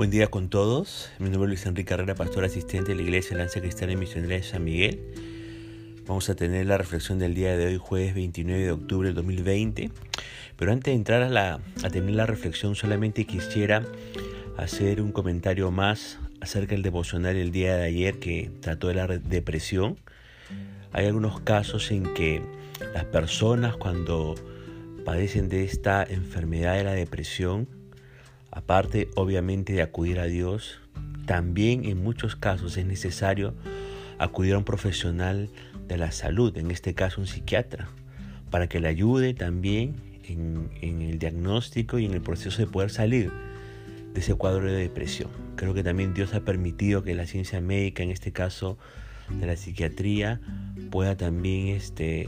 Buen día con todos. Mi nombre es Luis Enrique Carrera, pastor asistente de la Iglesia Alianza Cristiana y Misionera de San Miguel. Vamos a tener la reflexión del día de hoy, jueves 29 de octubre del 2020. Pero antes de entrar a tener la reflexión, solamente quisiera hacer un comentario más acerca del devocional del día de ayer que trató de la depresión. Hay algunos casos en que las personas, cuando padecen de esta enfermedad de la depresión, aparte obviamente de acudir a Dios, también en muchos casos es necesario acudir a un profesional de la salud, en este caso un psiquiatra, para que le ayude también en el diagnóstico y en el proceso de poder salir de ese cuadro de depresión. Creo que también Dios ha permitido que la ciencia médica, en este caso de la psiquiatría, pueda también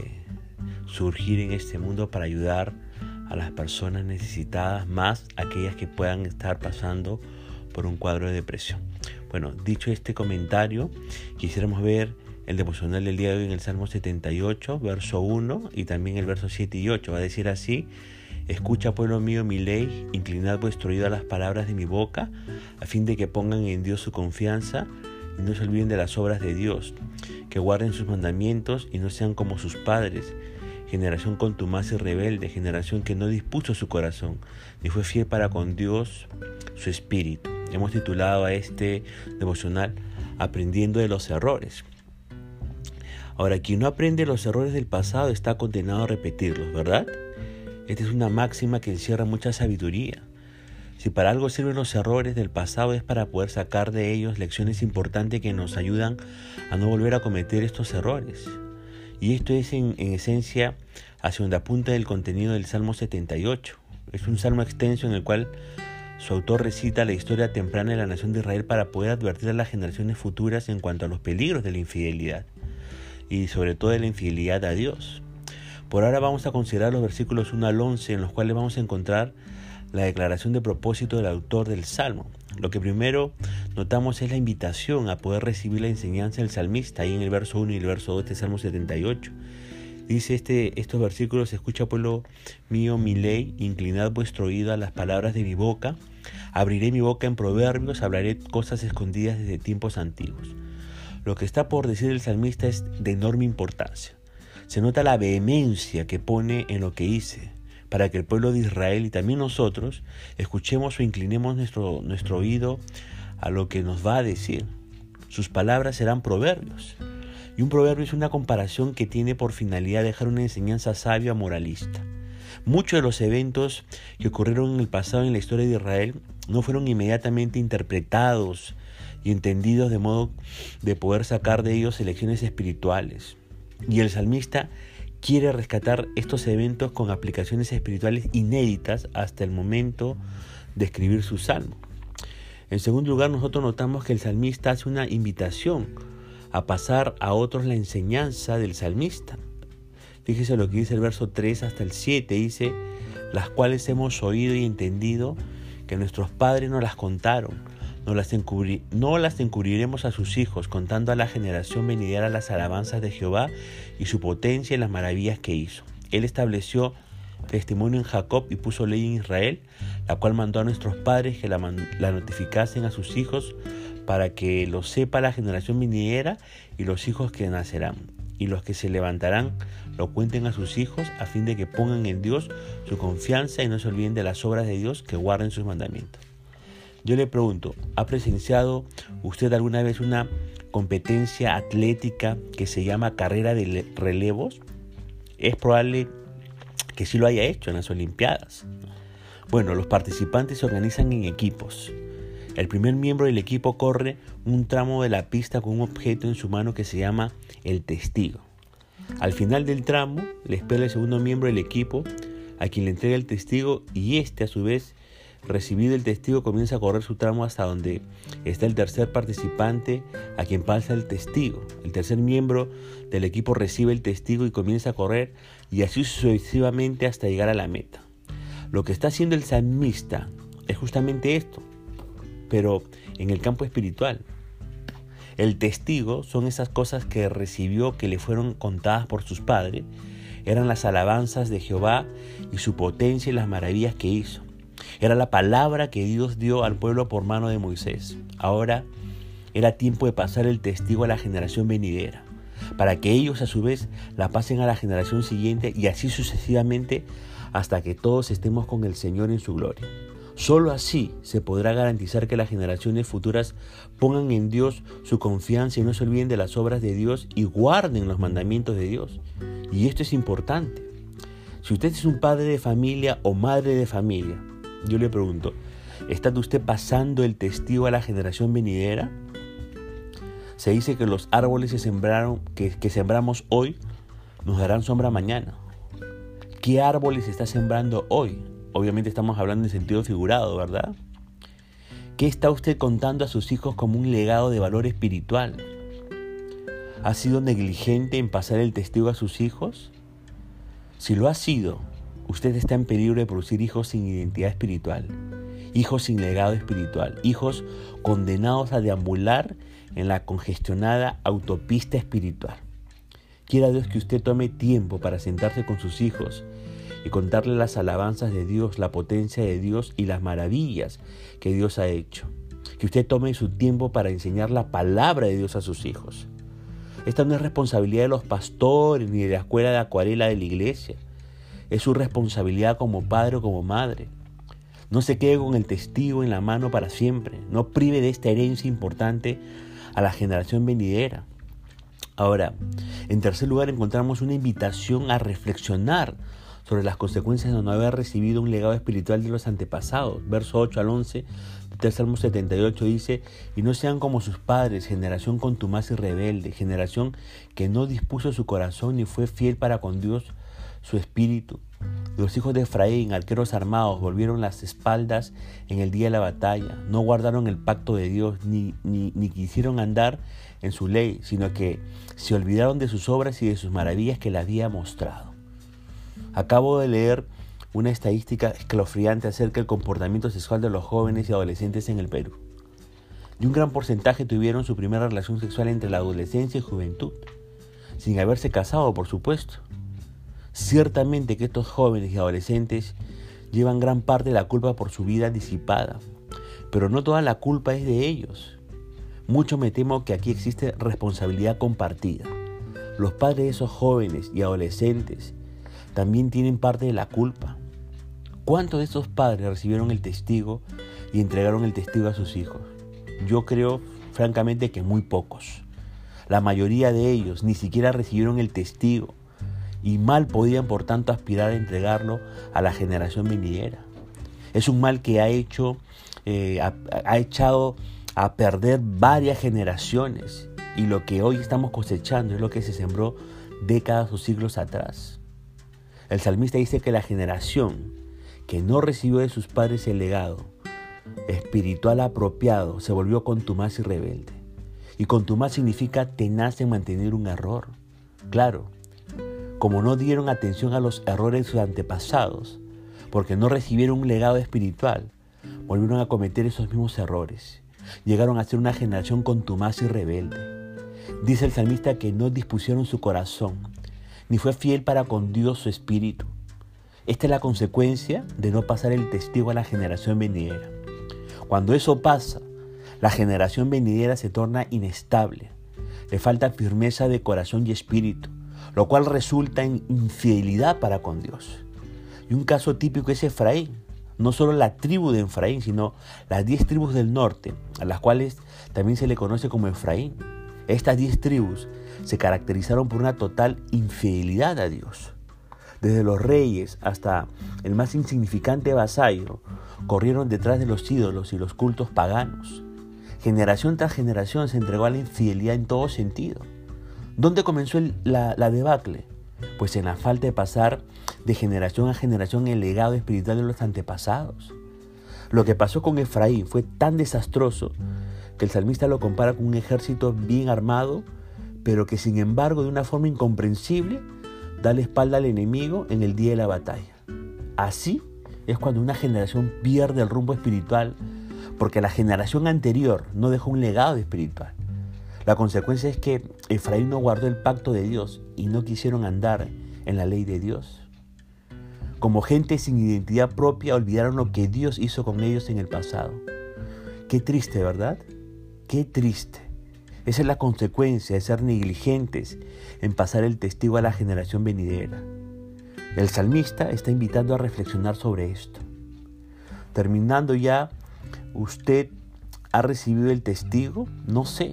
surgir en este mundo para ayudar a las personas necesitadas, más aquellas que puedan estar pasando por un cuadro de depresión. Bueno, dicho este comentario, quisiéramos ver el devocional del día de hoy en el Salmo 78, verso 1 y también el verso 7 y 8. Va a decir así: escucha, pueblo mío, mi ley, inclinad vuestro oído a las palabras de mi boca, a fin de que pongan en Dios su confianza y no se olviden de las obras de Dios, que guarden sus mandamientos y no sean como sus padres, generación contumaz y rebelde, generación que no dispuso su corazón, ni fue fiel para con Dios su espíritu. Hemos titulado a este devocional Aprendiendo de los errores. Ahora, quien no aprende los errores del pasado está condenado a repetirlos, ¿verdad? Esta es una máxima que encierra mucha sabiduría. Si para algo sirven los errores del pasado es para poder sacar de ellos lecciones importantes que nos ayudan a no volver a cometer estos errores. Y esto es en esencia hacia donde apunta el contenido del Salmo 78. Es un salmo extenso en el cual su autor recita la historia temprana de la nación de Israel para poder advertir a las generaciones futuras en cuanto a los peligros de la infidelidad y sobre todo de la infidelidad a Dios. Por ahora vamos a considerar los versículos 1 al 11, en los cuales vamos a encontrar la declaración de propósito del autor del Salmo. Lo que primero notamos es la invitación a poder recibir la enseñanza del salmista, ahí en el verso 1 y el verso 2 de Salmo 78. Dice estos versículos: escucha, pueblo mío, mi ley, inclinad vuestro oído a las palabras de mi boca, abriré mi boca en proverbios, hablaré cosas escondidas desde tiempos antiguos. Lo que está por decir el salmista es de enorme importancia. Se nota la vehemencia que pone en lo que dice, para que el pueblo de Israel y también nosotros escuchemos o inclinemos nuestro oído a lo que nos va a decir. Sus palabras serán proverbios. Y un proverbio es una comparación que tiene por finalidad dejar una enseñanza sabia moralista. Muchos de los eventos que ocurrieron en el pasado en la historia de Israel no fueron inmediatamente interpretados y entendidos de modo de poder sacar de ellos lecciones espirituales. Y el salmista quiere rescatar estos eventos con aplicaciones espirituales inéditas hasta el momento de escribir su salmo. En segundo lugar, nosotros notamos que el salmista hace una invitación a pasar a otros la enseñanza del salmista. Fíjese lo que dice el verso 3 hasta el 7, dice: las cuales hemos oído y entendido que nuestros padres nos las contaron. No las encubriremos a sus hijos, contando a la generación venidera las alabanzas de Jehová y su potencia y las maravillas que hizo. Él estableció testimonio en Jacob y puso ley en Israel, la cual mandó a nuestros padres que la notificasen a sus hijos, para que lo sepa la generación venidera y los hijos que nacerán. Y los que se levantarán lo cuenten a sus hijos, a fin de que pongan en Dios su confianza y no se olviden de las obras de Dios, que guarden sus mandamientos. Yo le pregunto, ¿ha presenciado usted alguna vez una competencia atlética que se llama carrera de relevos? Es probable que sí lo haya hecho en las Olimpiadas. Bueno, los participantes se organizan en equipos. El primer miembro del equipo corre un tramo de la pista con un objeto en su mano que se llama el testigo. Al final del tramo le espera el segundo miembro del equipo, a quien le entrega el testigo, y a su vez, recibido el testigo, comienza a correr su tramo hasta donde está el tercer participante, a quien pasa el testigo. El tercer miembro del equipo recibe el testigo y comienza a correr, y así sucesivamente hasta llegar a la meta. Lo que está haciendo el salmista es justamente esto, pero en el campo espiritual. El testigo son esas cosas que recibió, que le fueron contadas por sus padres. Eran las alabanzas de Jehová y su potencia y las maravillas que hizo. Era la palabra que Dios dio al pueblo por mano de Moisés. Ahora era tiempo de pasar el testigo a la generación venidera, para que ellos a su vez la pasen a la generación siguiente y así sucesivamente hasta que todos estemos con el Señor en su gloria. Solo así se podrá garantizar que las generaciones futuras pongan en Dios su confianza y no se olviden de las obras de Dios y guarden los mandamientos de Dios. Y esto es importante. Si usted es un padre de familia o madre de familia, yo le pregunto, ¿está usted pasando el testigo a la generación venidera? Se dice que los árboles que sembramos hoy nos darán sombra mañana. ¿Qué árboles está sembrando hoy? Obviamente estamos hablando en sentido figurado, ¿verdad? ¿Qué está usted contando a sus hijos como un legado de valor espiritual? ¿Ha sido negligente en pasar el testigo a sus hijos? Si lo ha sido, usted está en peligro de producir hijos sin identidad espiritual, hijos sin legado espiritual, hijos condenados a deambular en la congestionada autopista espiritual. Quiera Dios que usted tome tiempo para sentarse con sus hijos y contarle las alabanzas de Dios, la potencia de Dios y las maravillas que Dios ha hecho. Que usted tome su tiempo para enseñar la palabra de Dios a sus hijos. Esta no es responsabilidad de los pastores ni de la escuela de acuarela de la iglesia. Es su responsabilidad como padre o como madre. No se quede con el testigo en la mano para siempre. No prive de esta herencia importante a la generación venidera. Ahora, en tercer lugar, encontramos una invitación a reflexionar sobre las consecuencias de no haber recibido un legado espiritual de los antepasados. Verso 8 al 11 del Salmo 78 dice: y no sean como sus padres, generación contumaz y rebelde, generación que no dispuso su corazón ni fue fiel para con Dios su espíritu. Los hijos de Efraín, arqueros armados, volvieron las espaldas en el día de la batalla. No guardaron el pacto de Dios, ni quisieron andar en su ley, sino que se olvidaron de sus obras y de sus maravillas que le había mostrado. Acabo de leer una estadística escalofriante acerca del comportamiento sexual de los jóvenes y adolescentes en el Perú. Y un gran porcentaje tuvieron su primera relación sexual entre la adolescencia y juventud, sin haberse casado, por supuesto. Ciertamente que estos jóvenes y adolescentes llevan gran parte de la culpa por su vida disipada, pero no toda la culpa es de ellos. Mucho me temo que aquí existe responsabilidad compartida. Los padres de esos jóvenes y adolescentes también tienen parte de la culpa. ¿Cuántos de esos padres recibieron el testigo y entregaron el testigo a sus hijos? Yo creo, francamente, que muy pocos. La mayoría de ellos ni siquiera recibieron el testigo y mal podían, por tanto, aspirar a entregarlo a la generación venidera. Es un mal que ha echado a perder varias generaciones, y lo que hoy estamos cosechando es lo que se sembró décadas o siglos atrás. El salmista dice que la generación que no recibió de sus padres el legado espiritual apropiado se volvió contumaz y rebelde. Y contumaz significa tenaz en mantener un error. Claro, como no dieron atención a los errores de sus antepasados, porque no recibieron un legado espiritual, volvieron a cometer esos mismos errores. Llegaron a ser una generación contumaz y rebelde. Dice el salmista que no dispusieron su corazón, ni fue fiel para con Dios su espíritu. Esta es la consecuencia de no pasar el testigo a la generación venidera. Cuando eso pasa, la generación venidera se torna inestable. Le falta firmeza de corazón y espíritu, lo cual resulta en infidelidad para con Dios. Y un caso típico es Efraín. No solo la tribu de Efraín, sino las 10 tribus del norte, a las cuales también se le conoce como Efraín. Estas 10 tribus se caracterizaron por una total infidelidad a Dios. Desde los reyes hasta el más insignificante vasallo, corrieron detrás de los ídolos y los cultos paganos. Generación tras generación se entregó a la infidelidad en todo sentido. ¿Dónde comenzó la debacle? Pues en la falta de pasar de generación a generación el legado espiritual de los antepasados. Lo que pasó con Efraín fue tan desastroso que el salmista lo compara con un ejército bien armado, pero que sin embargo de una forma incomprensible da la espalda al enemigo en el día de la batalla. Así es cuando una generación pierde el rumbo espiritual, porque la generación anterior no dejó un legado espiritual. La consecuencia es que Efraín no guardó el pacto de Dios y no quisieron andar en la ley de Dios. Como gente sin identidad propia, olvidaron lo que Dios hizo con ellos en el pasado. Qué triste, ¿verdad? Qué triste. Esa es la consecuencia de ser negligentes en pasar el testigo a la generación venidera. El salmista está invitando a reflexionar sobre esto. Terminando ya, ¿usted ha recibido el testigo? No sé.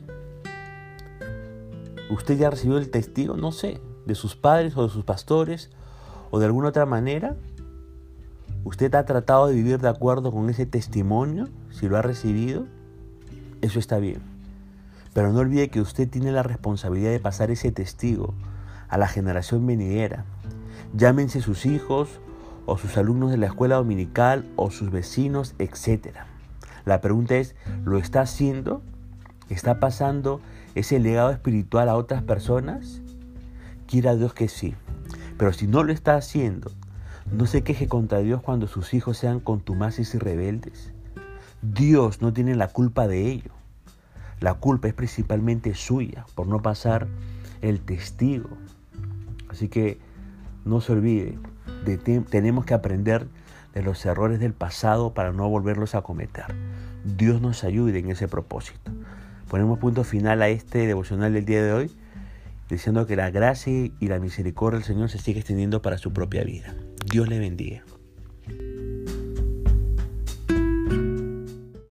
¿Usted ya ha recibido el testigo? No sé. ¿De sus padres o de sus pastores? ¿O de alguna otra manera? ¿Usted ha tratado de vivir de acuerdo con ese testimonio? Si lo ha recibido, eso está bien. Pero no olvide que usted tiene la responsabilidad de pasar ese testigo a la generación venidera. Llámense sus hijos o sus alumnos de la escuela dominical o sus vecinos, etc. La pregunta es, ¿lo está haciendo? ¿Está pasando ese legado espiritual a otras personas? Quiera Dios que sí. Pero si no lo está haciendo, no se queje contra Dios cuando sus hijos sean contumaces y rebeldes. Dios no tiene la culpa de ello. La culpa es principalmente suya por no pasar el testigo. Así que no se olvide, tenemos que aprender de los errores del pasado para no volverlos a cometer. Dios nos ayude en ese propósito. Ponemos punto final a este devocional del día de hoy, diciendo que la gracia y la misericordia del Señor se sigue extendiendo para su propia vida. Dios le bendiga.